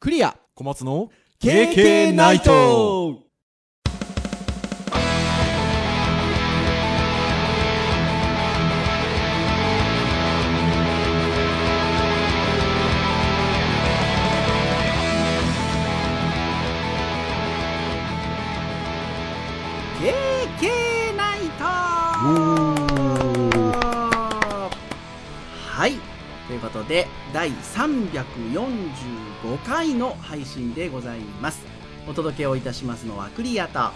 クリア小松の KK ナイト。KK ナイト。はい、ということで第345回の配信でございます。お届けをいたしますのはクリアと、 はい、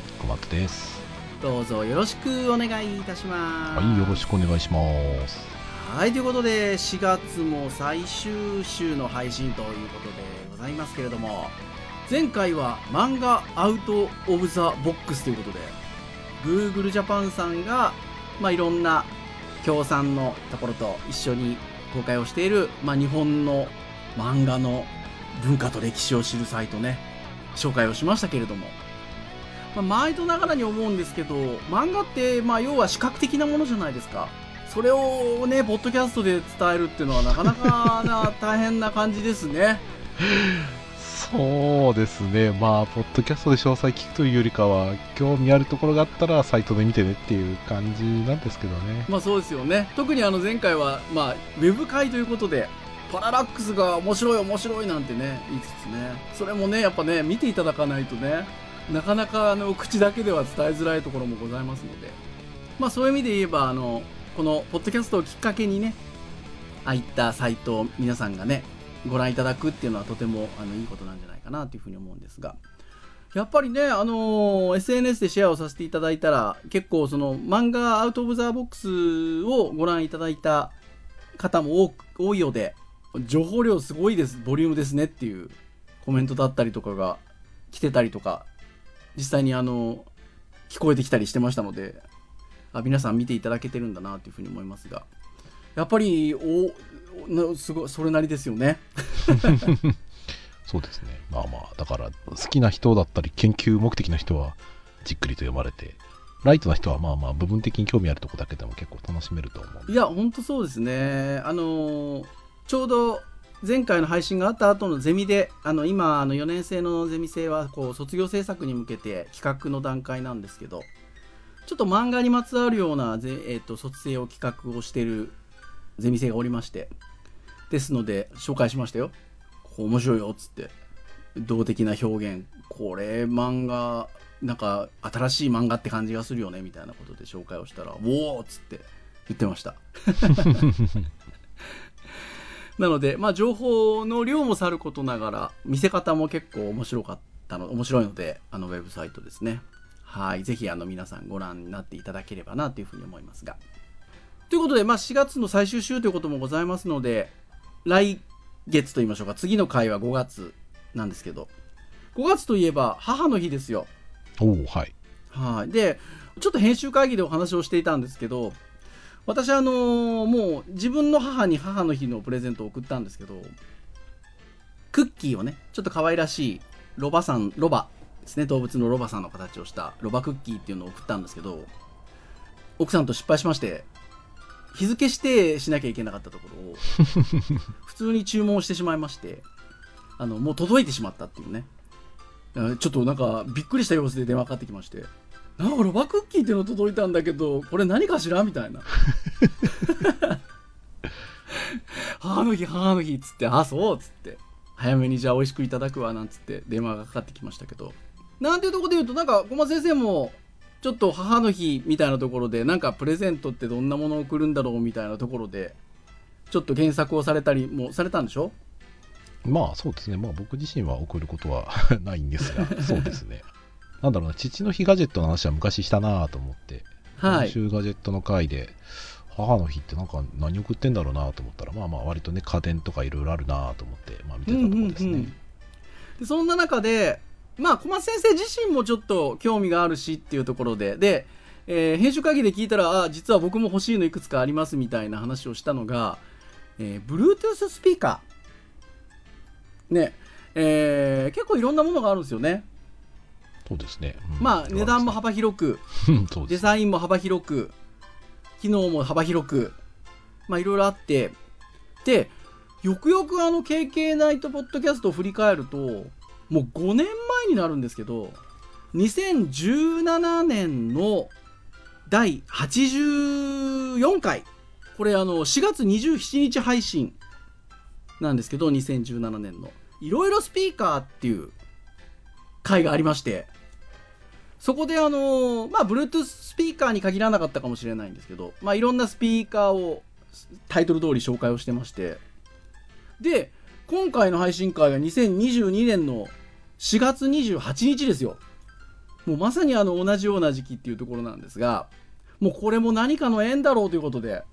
小松です。 どうぞよろしくお願いいたします。 はい、よろしくお願いします。 はい、ということで4月も最終週の配信ということでございますけれども、前回は漫画アウトオブザボックスということで Google ジャパンさんが、いろんな協賛のところと一緒に公開をしている、日本の漫画の文化と歴史を知るサイトね、紹介をしましたけれども、毎度ながらに思うんですけど、漫画って、要は視覚的なものじゃないですか。それをね、ポッドキャストで伝えるっていうのはなかなか大変な感じですね。 そうですね、ポッドキャストで詳細聞くというよりかは、興味あるところがあったらサイトで見てねっていう感じなんですけどね。 そうですよね。特に前回は、ウェブ会ということで、パララックスが面白いなんてね、言いつつね、それもね、やっぱね、見ていただかないとね、なかなか口だけでは伝えづらいところもございますので、そういう意味で言えば、このポッドキャストをきっかけにね、ああいったサイトを皆さんがね、ご覧いただくっていうのはとてもいいことなんじゃないかなというふうに思うんですが、やっぱりね、SNS でシェアをさせていただいたら、結構その漫画アウトオブザボックスをご覧いただいた方も多いようで、情報量すごいです、ボリュームですねっていうコメントだったりとかが来てたりとか、実際に聞こえてきたりしてましたので、皆さん見ていただけてるんだなというふうに思いますが、やっぱりすごいそれなりですよね。 そうですね。だから好きな人だったり研究目的な人はじっくりと読まれて、ライトな人は部分的に興味あるところだけでも結構楽しめると思う。 いや本当そうですね。ちょうど前回の配信があった後のゼミで、今4年生のゼミ生はこう卒業制作に向けて企画の段階なんですけど、ちょっと漫画にまつわるような卒生を企画をしているゼミ生がおりまして、ですので紹介しましたよ。面白いよっつって、動的な表現、これ漫画なんか新しい漫画って感じがするよねみたいなことで紹介をしたら、おーっつって言ってました。なので情報の量もさることながら見せ方も結構面白いので、ウェブサイトですね。はい、ぜひ皆さんご覧になっていただければなというふうに思いますが、ということで4月の最終週ということもございますので、来月と言いましょうか、次の回は5月なんですけど、5月といえば母の日ですよ。はい。でちょっと編集会議でお話をしていたんですけど、私もう自分の母に母の日のプレゼントを送ったんですけど、クッキーをね、ちょっと可愛らしいロバですね、動物のロバさんの形をしたロバクッキーっていうのを送ったんですけど、奥さんと失敗しまして、日付指定しなきゃいけなかったところを普通に注文してしまいまして、もう届いてしまったっていうね、ちょっとなんかびっくりした様子で電話かかってきまして、なんかロバクッキーっていうの届いたんだけど、これ何かしらみたいな。母の日っつって、そうっつって、早めにじゃあ美味しくいただくわなんつって電話がかかってきましたけど、なんていうところで言うと、なんか小松先生もちょっと母の日みたいなところで、なんかプレゼントってどんなものを送るんだろうみたいなところでちょっと検索をされたりもされたんでしょ？ そうですね。僕自身は送ることはないんですが、そうですね。なんだろうな、父の日ガジェットの話は昔したなと思って、今週ガジェットの回で母の日ってなんか何送ってんだろうなと思ったら、割とね、家電とかいろいろあるなと思って、見てたところですね。 でそんな中で小松先生自身もちょっと興味があるしっていうところで、編集会議で聞いたら、実は僕も欲しいのいくつかありますみたいな話をしたのが、Bluetooth スピーカーね、結構いろんなものがあるんですよね。 そうですね。 値段も幅広くデザインも幅広く、機能も幅広く、いろいろあって、でよくよくKK ナイトポッドキャストを振り返ると、もう5年前になるんですけど、2017年の第84回、これ4月27日配信なんですけど、2017年のいろいろスピーカーっていう回がありまして、そこでBluetooth スピーカーに限らなかったかもしれないんですけど、いろんなスピーカーをタイトル通り紹介をしてまして、で今回の配信会が2022年の4月28日ですよ。もうまさに同じような時期っていうところなんですが、もうこれも何かの縁だろうということで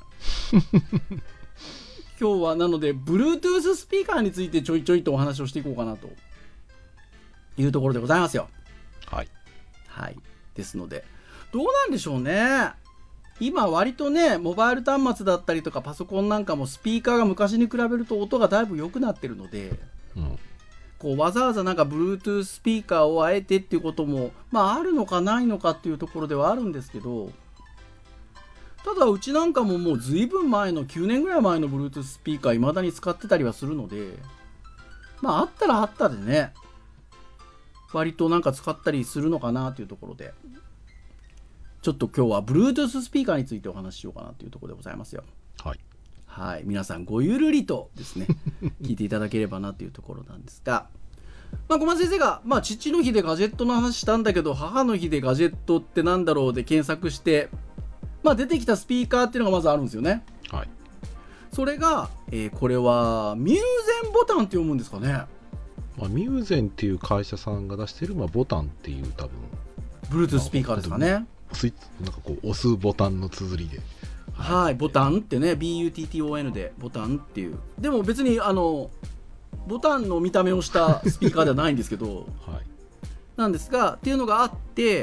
今日はなので Bluetooth スピーカーについてちょいちょいとお話をしていこうかなというところでございますよ。 はいはい。ですのでどうなんでしょうね。今割とね、モバイル端末だったりとかパソコンなんかもスピーカーが昔に比べると音がだいぶ良くなってるので、こうわざわざなんか Bluetooth スピーカーをあえてっていうこともあるのかないのかっていうところではあるんですけど、ただうちなんかももうずいぶん前の9年ぐらい前の Bluetooth スピーカー未だに使ってたりはするので、あったらあったでね、割となんか使ったりするのかなっていうところで、ちょっと今日は Bluetooth スピーカーについてお話ししようかなというところでございますよ。 はいはい、皆さんごゆるりとですね聞いていただければなというところなんですが、小松先生が、父の日でガジェットの話したんだけど母の日でガジェットってなんだろうで検索して、出てきたスピーカーっていうのがまずあるんですよね。 はい。 それが、これはミューゼンボタンって読むんですかね。 ミューゼンっていう会社さんが出してる、ボタンっていう多分 Bluetooth スピーカーですかね。 スイッチなんかこう押すボタンの綴りで、 はい、ボタンってね BUTTON でボタンっていう、でも別にボタンの見た目をしたスピーカーではないんですけど、 はい、 なんですがっていうのがあって、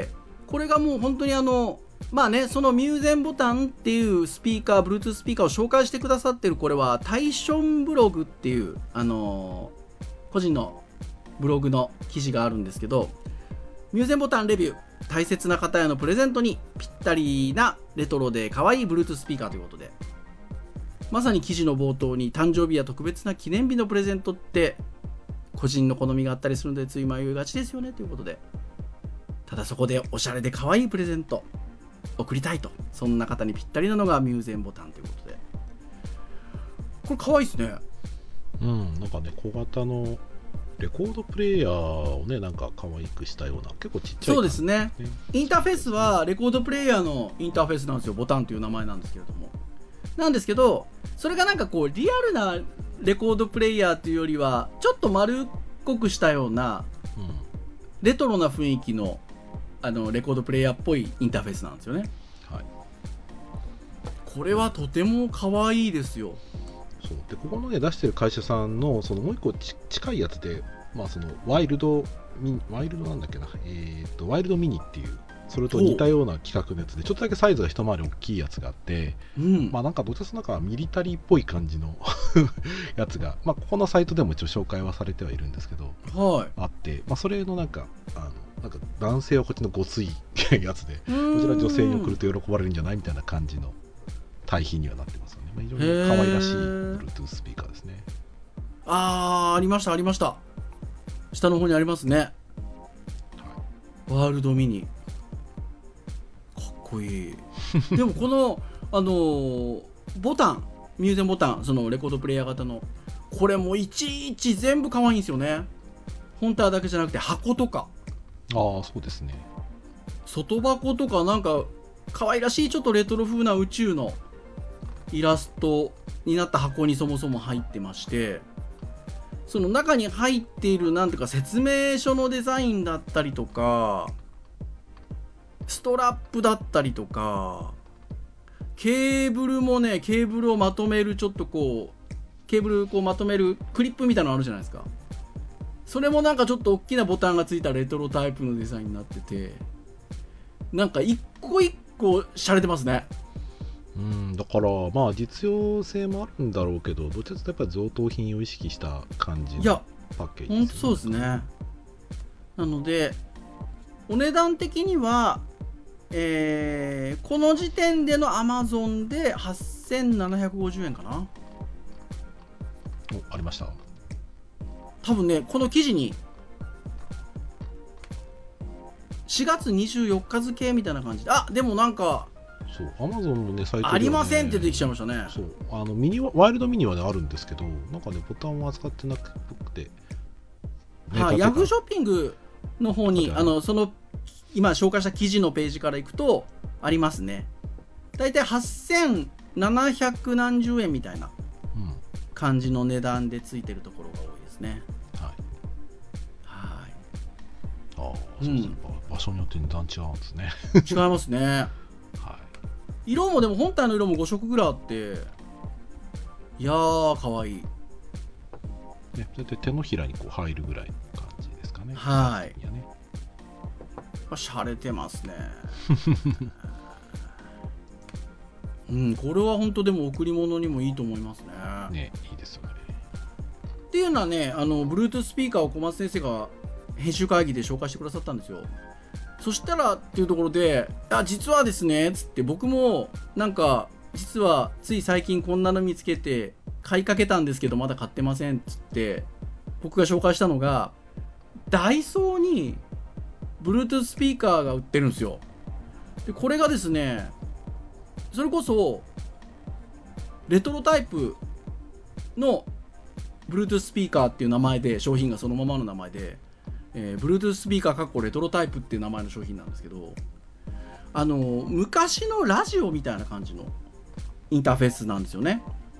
これがもう本当にそのミューゼンボタンっていうスピーカー Bluetooth スピーカーを紹介してくださってる、これはタイションブログっていう個人のブログの記事があるんですけど、ミューゼンボタンレビュー、大切な方へのプレゼントにぴったりなレトロで可愛い Bluetooth スピーカーということで、まさに記事の冒頭に誕生日や特別な記念日のプレゼントって個人の好みがあったりするのでつい迷いがちですよねということで、ただそこでおしゃれで可愛いプレゼント送りたいと、そんな方にぴったりなのがミューゼンボタンということで、これ可愛いですね。 なんかね、小型のレコードプレイヤーをね、なんか可愛くしたような、結構ちっちゃい、 そうですね。インターフェースはレコードプレイヤーのインターフェースなんですよ。ボタンという名前なんですけれども、なんですけど、それがなんかこうリアルなレコードプレイヤーというよりはちょっと丸っこくしたような、レトロな雰囲気のレコードプレイヤーっぽいインターフェースなんですよね。 はい。 これはとても可愛いですよ。 そうで、ここのね出してる会社さんのそのもう一個近いやつで、そのワイルドなんだっけな、ワイルドミニっていう、それと似たような規格のやつで、ちょっとだけサイズが一回り大きいやつがあって、なんかどちらかなんかミリタリーっぽい感じのやつが、ここのサイトでも一応紹介はされてはいるんですけど、あって、それのなんか男性はこっちのごついやつで、こちら女性に送ると喜ばれるんじゃないみたいな感じの対比にはなってますよね。非常に可愛らしい Bluetooth スピーカーですね。 ありましたありました。下の方にありますね。ワールドミニ、かっこいいでもこのボタン、ミューゼンボタン、そのレコードプレイヤー型の、これもいちいち全部可愛いんですよね。本体だけじゃなくて箱とか、 そうですね、 外箱とか、なんか可愛らしいちょっとレトロ風な宇宙のイラストになった箱にそもそも入ってまして、その中に入っているなんていうか説明書のデザインだったりとか、ストラップだったりとか、ケーブルもね、ケーブルをまとめるちょっとこうケーブルこうまとめるクリップみたいなのあるじゃないですか。それもなんかちょっと大きなボタンがついたレトロタイプのデザインになってて、なんか一個一個洒落てますね。 だから実用性もあるんだろうけど、どちらかというとやっぱり贈答品を意識した感じのパッケージですね。 本当そうですね。なのでお値段的には、この時点での Amazon で8750円かな。 ありました。 多分ね、この記事に4月24日付みたいな感じで、でもなんかそう、アマゾンのね、サイトでは、ね、 ありませんって出てきちゃいましたね。 そう、ワイルドミニはね、あるんですけど、なんかね、ボタンを扱ってなくて、 ヤフーショッピングの方に、その、今紹介した記事のページから行くと、ありますね。だいたい8700何十円みたいな感じの値段でついてるところが多いですね。 そうですね、場所によって値段違うんですね。 違いますね。色もでも本体の色も5色ぐらいあって、いやーかわいい。 ね、だいたい手のひらにこう入るぐらいの感じですかね。 はい。しゃれてますね。これは本当でも贈り物にもいいと思いますね。 ね、いいですよね。 っていうのはね、Bluetooth スピーカーを小松先生が編集会議で紹介してくださったんですよ。そしたらっていうところで、実はですねつって、僕もなんか実はつい最近こんなの見つけて買いかけたんですけどまだ買ってませんっつって僕が紹介したのが、ダイソーに Bluetooth スピーカーが売ってるんですよ。でこれがですね、それこそレトロタイプの Bluetooth スピーカーっていう名前で、商品がそのままの名前で、Bluetooth スピーカーレトロタイプっていう名前の商品なんですけど、昔のラジオみたいな感じのインターフェースなんですよね。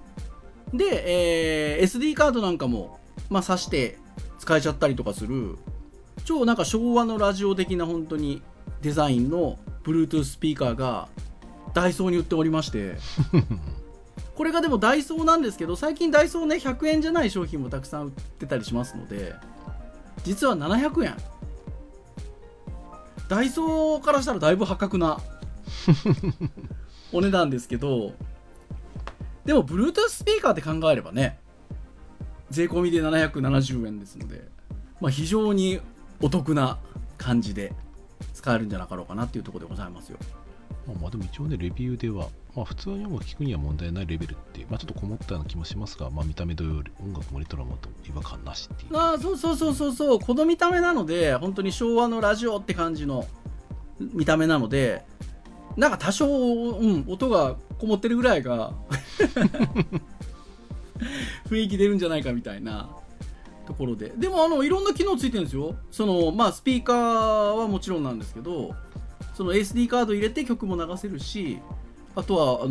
で、SD カードなんかも、挿して使えちゃったりとかする、超なんか昭和のラジオ的な本当にデザインの Bluetooth スピーカーがダイソーに売っておりましてこれがでもダイソーなんですけど、最近ダイソーね、100円じゃない商品もたくさん売ってたりしますので、実は700円。ダイソーからしたらだいぶ破格なお値段ですけど、でも Bluetooth スピーカーって考えればね、税込みで770円ですので、非常にお得な感じで使えるんじゃなかろうかなっていうところでございますよ。 でも一応ね、レビューでは、普通に音楽聴くには問題ないレベルっていう、ちょっとこもったような気もしますが、見た目同様、音楽もレトロもと違和感なしっていう。 そう、この見た目なので、本当に昭和のラジオって感じの見た目なので、なんか多少、音がこもってるぐらいが雰囲気出るんじゃないかみたいなところで、でもいろんな機能ついてるんですよ。そのスピーカーはもちろんなんですけど、その SD カード入れて曲も流せるし、あとは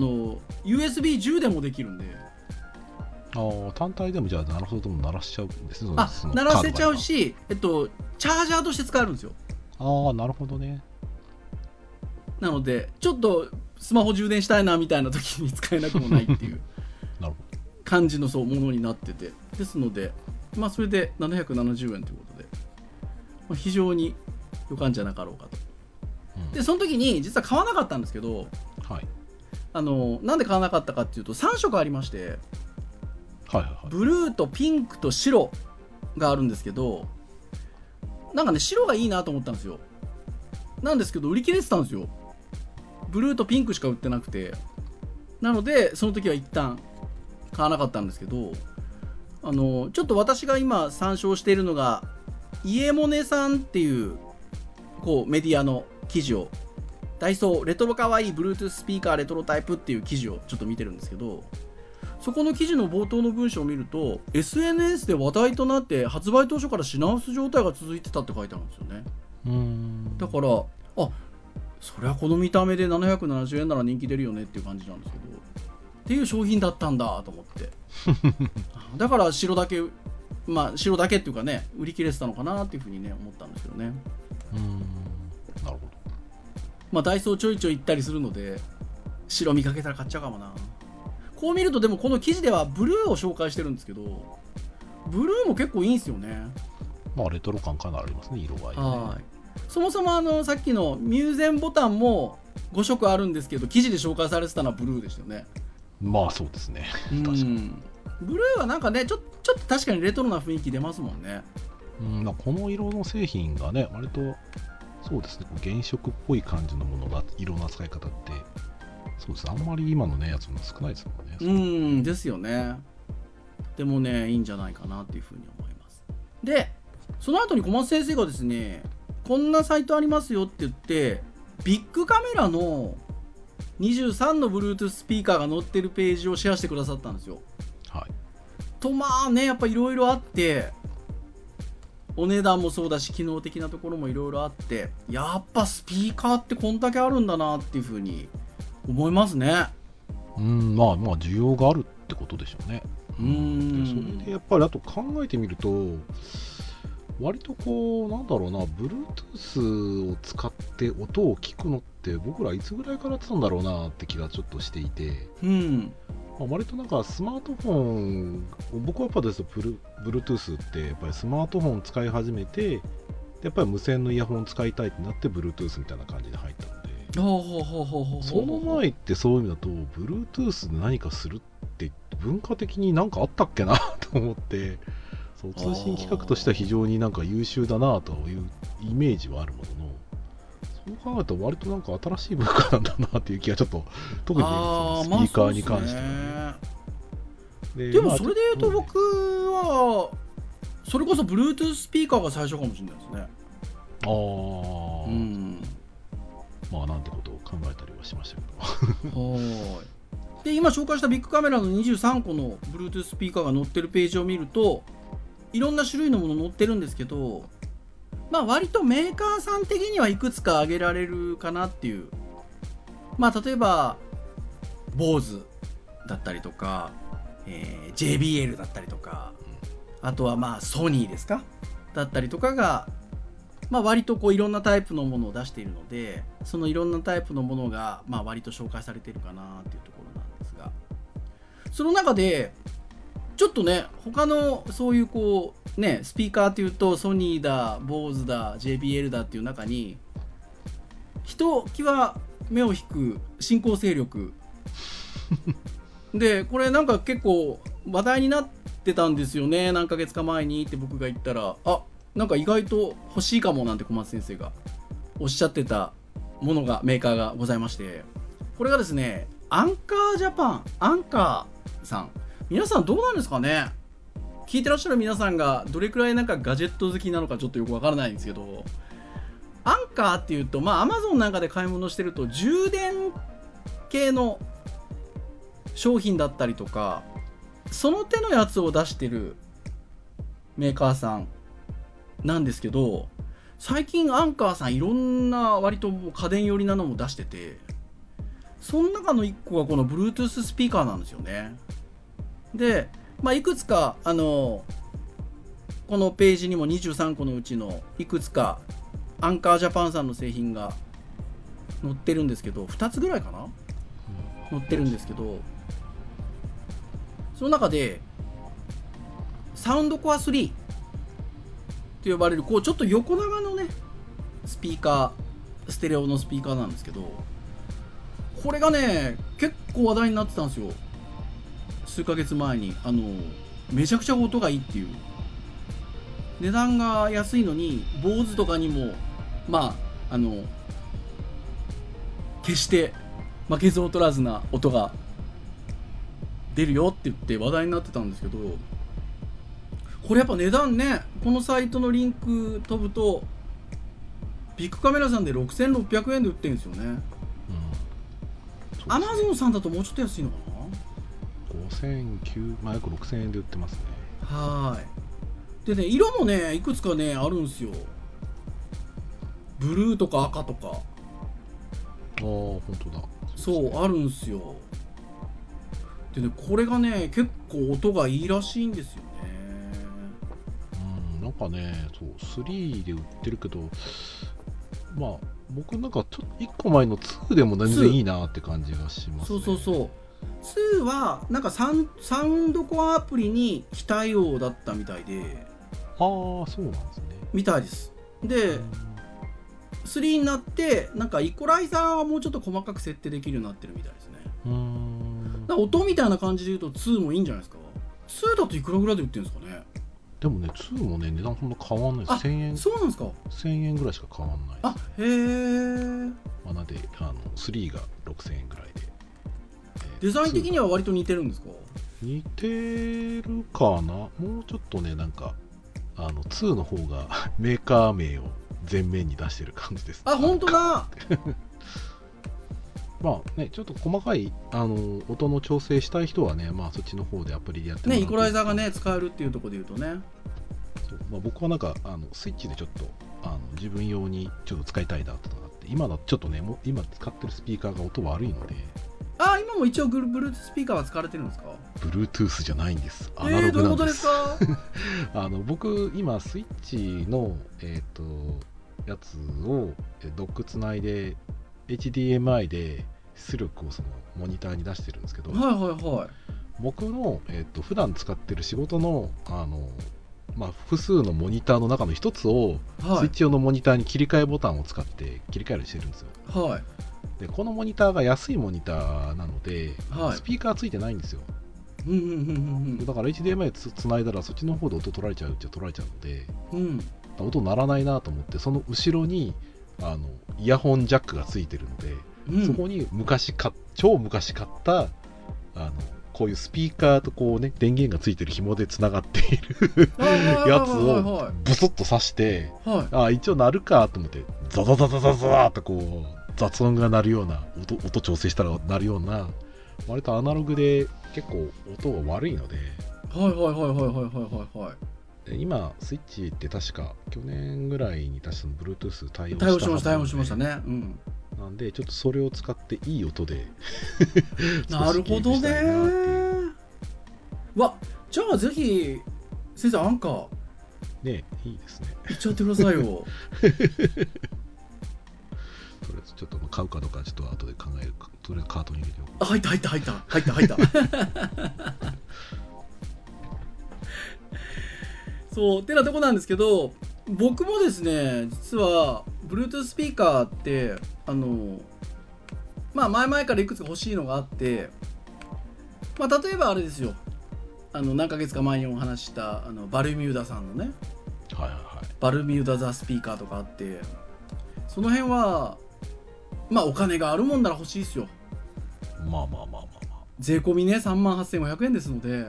USB 充電もできるんで、 単体でもじゃあなるほども鳴らしちゃうんですね。 鳴らせちゃうし、チャージャーとして使えるんですよ。 なるほどね。 なのでちょっとスマホ充電したいなみたいな時に使えなくもないっていうなるほど感じのものになってて、ですのでそれで770円ということで、非常に良かんじゃなかろうかと。でその時に実は買わなかったんですけど、なんで買わなかったかっていうと、3色ありまして、ブルーとピンクと白があるんですけど、なんかね、白がいいなと思ったんですよ。なんですけど売り切れてたんですよ。ブルーとピンクしか売ってなくて、なのでその時は一旦買わなかったんですけど、ちょっと私が今参照しているのがイエモネさんっていうメディアの記事を、ダイソーレトロかわいい Bluetooth スピーカーレトロタイプっていう記事をちょっと見てるんですけど、そこの記事の冒頭の文章を見ると SNS で話題となって発売当初から品薄状態が続いてたって書いてあるんですよね。だからそりゃこの見た目で770円なら人気出るよねっていう感じなんですけど、っていう商品だったんだと思ってだから白だけっていうかね、売り切れてたのかなっていうふうにね思ったんですけどね。 なるほど。ダイソーちょいちょい行ったりするので、白見かけたら買っちゃうかもな。こう見るとでもこの記事ではブルーを紹介してるんですけど、ブルーも結構いいんですよね。 レトロ感かなりありますね、色合いね。 そもそもさっきのミューゼンボタンも5色あるんですけど、記事で紹介されてたのはブルーでしたよね。 そうですね。確かにブルーはなんかね、ちょっと確かにレトロな雰囲気出ますもんね。 この色の製品がね、割とそうですね、原色っぽい感じのものが色の扱い方ってそうですね、あんまり今のねやつも少ないですもんね。 ですよね。 ってもねいいんじゃないかなっていうふうに思います。でその後に小松先生がですね、こんなサイトありますよって言ってビッグカメラの23の Bluetooth スピーカーが載ってるページをシェアしてくださったんですよ。 はい。 とまあねやっぱいろいろあって、お値段もそうだし機能的なところもいろいろあって、やっぱスピーカーってこんだけあるんだなっていうふうに思いますね。 まあ需要があるってことでしょうね。でそれでやっぱりあと考えてみると、割とこうなんだろうな、Bluetooth を使って音を聞くのって僕らいつぐらいからやってたんだろうなって気がちょっとしていて、割となんかスマートフォン、僕はやっぱですと Bluetooth ってやっぱりスマートフォン使い始めて、やっぱり無線のイヤホン使いたいってなって Bluetooth みたいな感じで入ったので、その前ってそういう意味だと Bluetooth で何かするって文化的に何かあったっけなと思って、そう通信規格としては非常になんか優秀だなというイメージはあるものの、そう考えると割となんか新しい文化なんだなっていう気がちょっと、特に、ね、そのスピーカーに関してはね。 でもそれで言うと僕はそれこそ Bluetooth スピーカーが最初かもしれないですね。 まあなんてことを考えたりはしましたけどはい。で今紹介したビッグカメラの23個の Bluetooth スピーカーが載ってるページを見ると、いろんな種類のもの載ってるんですけど、まあ割とメーカーさん的にはいくつか挙げられるかなっていう。まあ例えば BOSE だったりとか、JBL だったりとか、あとはまあソニーですかだったりとかが、まあ割とこういろんなタイプのものを出しているので、そのいろんなタイプのものがまあ割と紹介されているかなっていうところなんですが、その中でちょっとね他のそういうこうねスピーカーっていうとソニーだ BOSE だ JBL だっていう中に、ひときわ目を引く新興勢力で、これなんか結構話題になってたんですよね、何ヶ月か前にって僕が言ったら、なんか意外と欲しいかもなんて小松先生がおっしゃってたものが、メーカーがございまして、これがですねアンカージャパン、アンカーさん、皆さんどうなんですかね、聞いてらっしゃる皆さんがどれくらいなんかガジェット好きなのかちょっとよくわからないんですけど、アンカーっていうとまあ Amazon なんかで買い物してると充電系の商品だったりとか、その手のやつを出してるメーカーさんなんですけど、最近アンカーさんいろんな割と家電寄りなのも出してて、その中の1個がこの Bluetooth スピーカーなんですよね。で、まあ、いくつかこのページにも23個のうちのいくつかアンカージャパンさんの製品が載ってるんですけど、2つぐらいかな載ってるんですけど、その中でサウンドコア3と呼ばれるこうちょっと横長のねスピーカー、ステレオのスピーカーなんですけど、これがね結構話題になってたんですよ、数ヶ月前に。めちゃくちゃ音がいいっていう、値段が安いのにBOSEとかにもまあ決して負けず劣らずな音が出るよって言って話題になってたんですけど、これやっぱ値段ね、このサイトのリンク飛ぶとビッグカメラさんで6600円で売ってるんですよね。アマゾンさんだともうちょっと安いのかな、 5000、約6000円で売ってますね。 はい。でね、色もねいくつかねあるんですよ、ブルーとか赤とか。 本当だ。 そうあるんですよ。でね、これがね結構音がいいらしいんですよね。 なんかね、そう3で売ってるけど、まあ僕なんかちょっと1個前の2でも全然いいなって感じがしますね。 そう2はなんかサウンドコアアプリに非対応だったみたいで。 そうなんですね。みたいです。で3になってなんかイコライザーはもうちょっと細かく設定できるようになってるみたいですね。だから音みたいな感じで言うと2もいいんじゃないですか。2だといくらぐらいで売ってるんですかね。 でもね、2もね値段そんな変わんないです。1000円。 そうなんですか。 1000円ぐらいしか変わんないです。 へえ。 なんで3が6000円ぐらいで、 デザイン的には割と似てるんですか。 似てるかな。もうちょっとね、なんか2の方がメーカー名を前面に出してる感じです。 あ、本当だ。 まあね、ちょっと細かい音の調整したい人はね、まあそっちの方でアプリでやってもらうとね、イコライザーがね使えるっていうところで言うとね。 そう、まあ、僕はなんかスイッチでちょっと自分用にちょっと使いたいなとかあって、今だとちょっとね、もう今使ってるスピーカーが音悪いので。 あ、今も一応 Bluetooth スピーカーは使われてるんですか？ Bluetooth じゃないんです。アナログなんです。 どういうことですか？ 僕今スイッチのやつをドックつないで HDMI で出力をそのモニターに出してるんですけど、 はいはいはい。 僕の普段使ってる仕事のまあ、複数のモニターの中の一つを、 はい、 スイッチ用のモニターに切り替えボタンを使って切り替えるようにしてるんですよ。 はい。 でこのモニターが安いモニターなので、 はい、 スピーカーついてないんですよ。だから HDMI つないだらそっちの方で音取られちゃうっちゃ取られちゃうので、音鳴らないなと思って、その後ろにイヤホンジャックがついてるので、そこに超昔買ったこういうスピーカーとこうね、電源がついてる紐でつながっているやつをブスッと挿して、一応鳴るかと思ってザザザザザザーっとこう雑音が鳴るような音調整したら鳴るような、割とアナログで結構音が悪いので、今スイッチって確か去年ぐらいに確か Bluetooth 対応しましたね。 なんでちょっとそれを使っていい音でなるほどね。わ、じゃあぜひ先生アンカーね、いいですね。 いっちゃってくださいよ。 とりあえずちょっと買うかどうかちょっと後で考えるか、とりあえずカートに入れておく。 入ったそうってなとこなんですけど、僕もですね、実は Bluetooth スピーカーってまあ前々からいくつか欲しいのがあって、まあ例えばあれですよ、何ヶ月か前にお話ししたバルミューダさんのね、バルミューダザスピーカーとかあって、その辺はまあお金があるもんなら欲しいですよ。 まあ税込みね38,500円ですので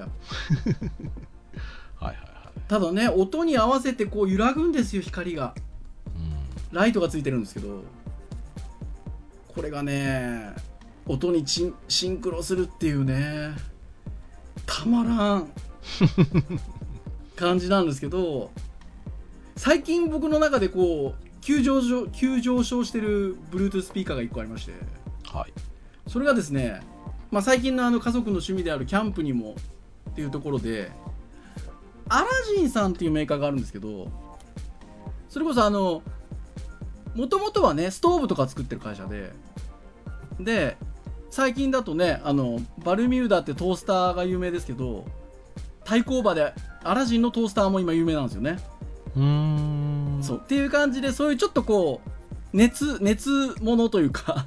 ただね、音に合わせてこう揺らぐんですよ、光が。ライトがついてるんですけど、これがね、音にシンクロするっていうね、たまらん感じなんですけど、最近僕の中でこう急上昇してる Bluetooth スピーカーが1個ありまして、それがですね、まあ、最近の家族の趣味であるキャンプにもっていうところで、アラジンさんっていうメーカーがあるんですけど、それこそもともとはねストーブとか作ってる会社で、最近だとねバルミューダってトースターが有名ですけど、対抗馬でアラジンのトースターも今有名なんですよね。そうっていう感じで、そういうちょっとこう熱ものというか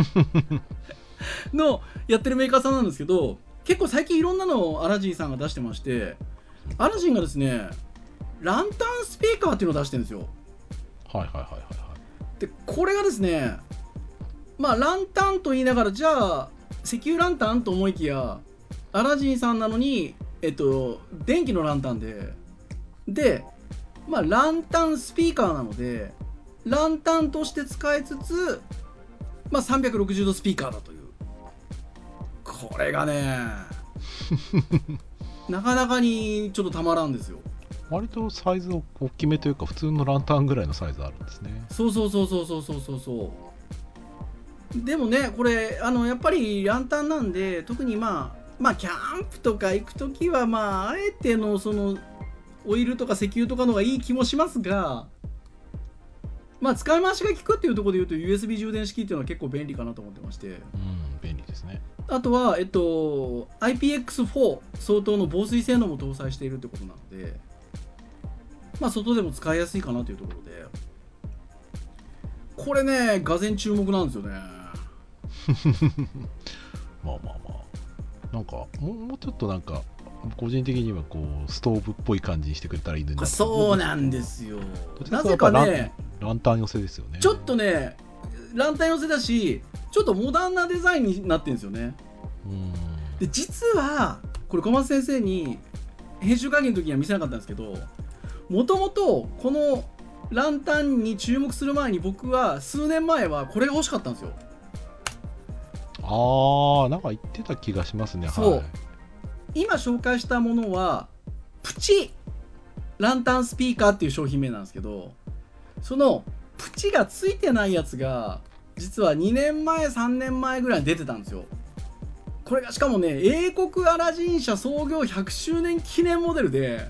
のやってるメーカーさんなんですけど、結構最近いろんなのをアラジンさんが出してまして、アラジンがですねランタンスピーカーっていうのを出してるんですよ。でこれがですね、まあランタンと言いながら、じゃあ石油ランタンと思いきやアラジンさんなのに電気のランタンで、まあランタンスピーカーなのでランタンとして使いつつ、まあ360度スピーカーだという、これがねなかなかにちょっとたまらんですよ。 割とサイズ大きめというか、普通のランタンぐらいのサイズあるんですね。 そうでもね、これやっぱりランタンなんで、特にまあキャンプとか行くときはあえてのそのオイルとか石油とかのがいい気もしますが、まあ使い回しが効くっていうところで言うと USB 充電式っていうのは結構便利かなと思ってまして、 便利ですね。 あとはIPX4 相当の防水性能も搭載しているってことなので、まあ外でも使いやすいかなというところで、これねがぜん注目なんですよね。なんかもうちょっとなんか個人的にはこうストーブっぽい感じにしてくれたらいいんだ。 そうなんですよ。なぜかねランタン寄せですよね。 ちょっとねランタン寄せだし、ちょっとモダンなデザインになってるんですよね。で実はこれ小松先生に編集会議の時には見せなかったんですけど、もともとこのランタンに注目する前に僕は数年前はこれが欲しかったんですよ。 なんか言ってた気がしますね。 そう、 はい、 今紹介したものはプチランタンスピーカーっていう商品名なんですけど、そのプチがついてないやつが実は2年前3年前ぐらいに出てたんですよ。これがしかもね、英国アラジン社創業100周年記念モデルで、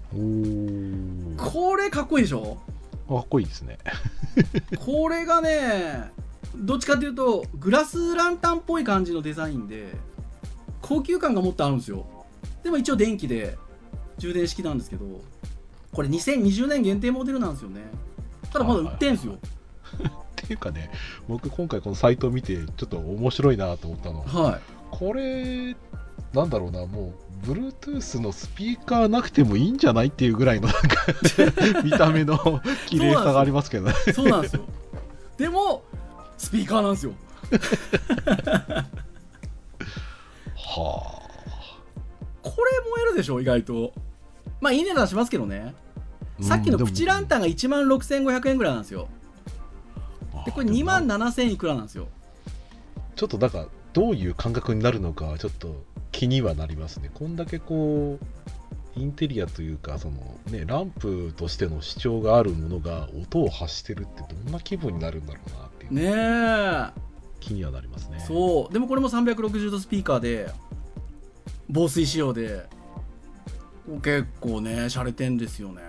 これかっこいいでしょ。 かっこいいですね。 これがね、どっちかというとグラスランタンっぽい感じのデザインで高級感がもっとあるんですよ。でも一応電気で充電式なんですけど、これ2020年限定モデルなんですよね。ただまだ売ってんすよ。 っていうかね、僕今回このサイトを見てちょっと面白いなと思ったのは、これなんだろうな、もう Bluetooth のスピーカーなくてもいいんじゃないっていうぐらいのなんか見た目の綺麗さがありますけどね。 そうなんですよ。でもスピーカーなんですよ。 はあ。 これ燃えるでしょ意外と。まあいい値段しますけどね。さっきのプチランタンが16,500円ぐらいなんですよ。でこれ27,000いくらなんですよ。 ちょっとなんかどういう感覚になるのかちょっと気にはなりますね。こんだけこうインテリアというかその、ね、ランプとしての主張があるものが音を発してるってどんな気分になるんだろうなっていうねえ、 気にはなりますね。 そうでもこれも360度スピーカーで防水仕様で結構ね洒落てんですよね。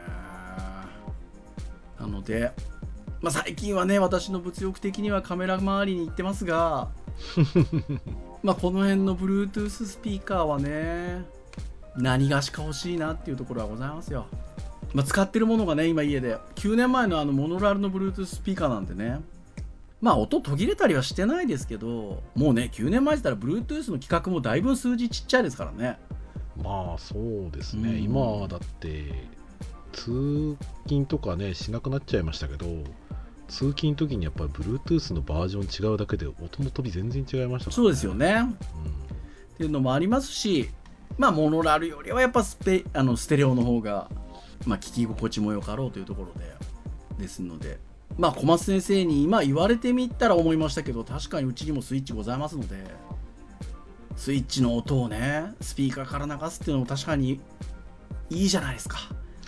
なので、まあ、最近はね私の物欲的にはカメラ周りに行ってますがまあこの辺の Bluetooth スピーカーはね何がしか欲しいなっていうところはございますよ。まあ、使ってるものがね今家で9年前のあのモノラルの Bluetooth スピーカーなんでね、まあ音途切れたりはしてないですけど、もうね9年前だったら Bluetooth の規格もだいぶ数字ちっちゃいですからね。 まあそうですね、今だって通勤とかねしなくなっちゃいましたけど、通勤の時にやっぱり Bluetooth のバージョン違うだけで音の飛び全然違いましたからね。 そうですよね、っていうのもありますし、まあモノラルよりはやっぱステレオの方が、まあ、聞き心地もよかろうというところでですので、まあ小松先生に今言われてみたら思いましたけど、確かにうちにもスイッチございますので、スイッチの音をねスピーカーから流すっていうのも確かにいいじゃないですか。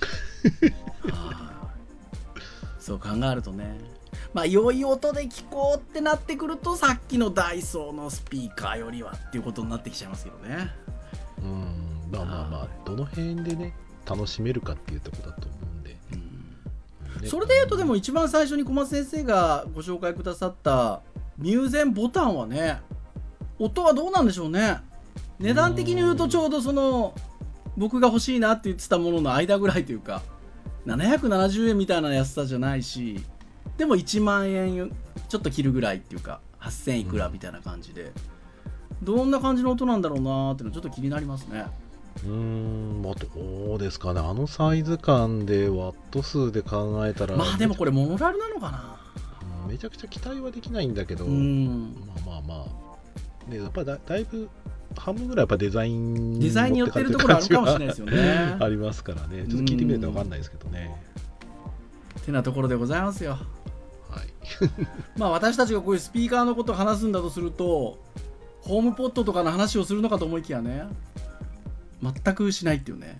そう考えるとね、まあ良い音で聞こうってなってくるとさっきのダイソーのスピーカーよりはっていうことになってきちゃいますけどね。 まあまあまあどの辺でね楽しめるかっていうところだと思うんで、 ね、それでいうとでも一番最初に小松先生がご紹介くださったミューゼンボタンはね、音はどうなんでしょうね。値段的に言うとちょうどその僕が欲しいなって言ってたものの間ぐらいというか、770円みたいな安さじゃないし、でも1万円ちょっと切るぐらいっていうか8000いくらみたいな感じで、どんな感じの音なんだろうなーっていうのちょっと気になりますね。 まあどうですかね、あのサイズ感でワット数で考えたら、 まあでもこれモノラルなのかな、 めちゃくちゃ期待はできないんだけど、まあでやっぱりだいぶ半分ぐらいやっぱデザインによってるところあるかもしれないですよね。ありますからね、ちょっと聞いてみないと分かんないですけどね。 てなところでございますよ。 はい。 まあ私たちがこういうスピーカーのことを話すんだとすると、ホームポットとかの話をするのかと思いきやね、全くしないっていうね。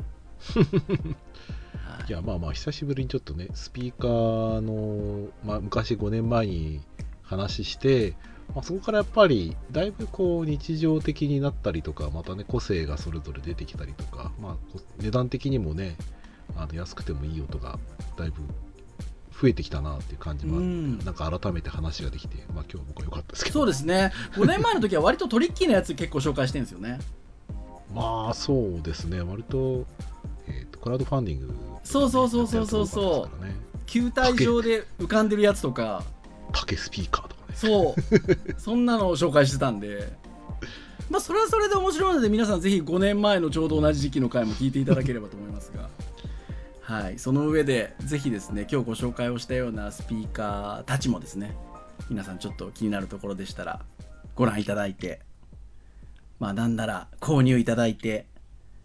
いやまあまあ久しぶりにちょっとねスピーカーの、昔5年前に話して、そこからやっぱりだいぶこう日常的になったりとか、またね個性がそれぞれ出てきたりとか、値段的にもね安くてもいい音がだいぶ増えてきたなっていう感じもあるので、なんか改めて話ができて、今日は僕は良かったですけど。 そうですね、5年前の時は割とトリッキーなやつ結構紹介してるんですよね。 まあそうですね、割と、クラウドファンディング、ね、 そう球体上で浮かんでるやつとか竹スピーカーとかね、 そんなのを紹介してたんで、それはそれで面白いので、皆さんぜひ5年前のちょうど同じ時期の回も聞いていただければと思いますがはい、その上でぜひですね、今日ご紹介をしたようなスピーカーたちもですね、皆さんちょっと気になるところでしたらご覧いただいて、なんなら購入いただいて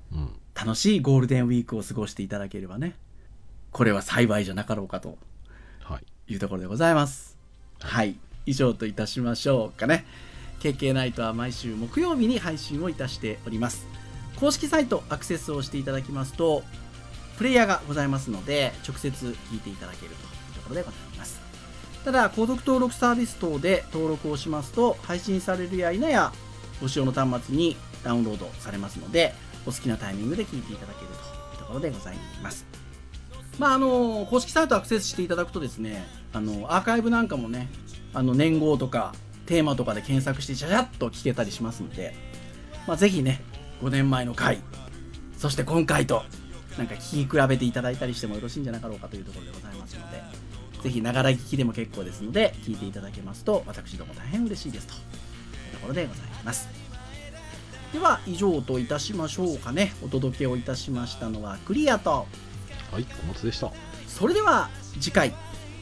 楽しいゴールデンウィークを過ごしていただければね、これは幸いじゃなかろうかというところでございます。はい、以上といたしましょうかね。KK ナイトは毎週木曜日に配信をいたしております。公式サイトアクセスをしていただきますとプレイヤーがございますので直接聞いていただけるというところでございます。ただ購読登録サービス等で登録をしますと配信されるや否やご使用の端末にダウンロードされますのでお好きなタイミングで聞いていただけるというところでございます。公式サイトアクセスしていただくとですね、アーカイブなんかもね、年号とかテーマとかで検索してジャジャッと聞けたりしますので、ぜひね、5年前の回、そして今回となんか聞き比べていただいたりしてもよろしいんじゃなかろうかというところでございますので、ぜひながら聞きでも結構ですので、聞いていただけますと私ども大変嬉しいですというところでございます。では以上といたしましょうかね。お届けをいたしましたのはクリアと、 はい、小松でした。 それでは次回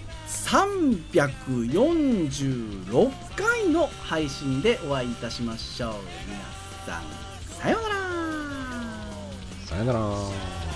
346回の配信でお会いいたしましょう。皆さんさようなら。 さよなら。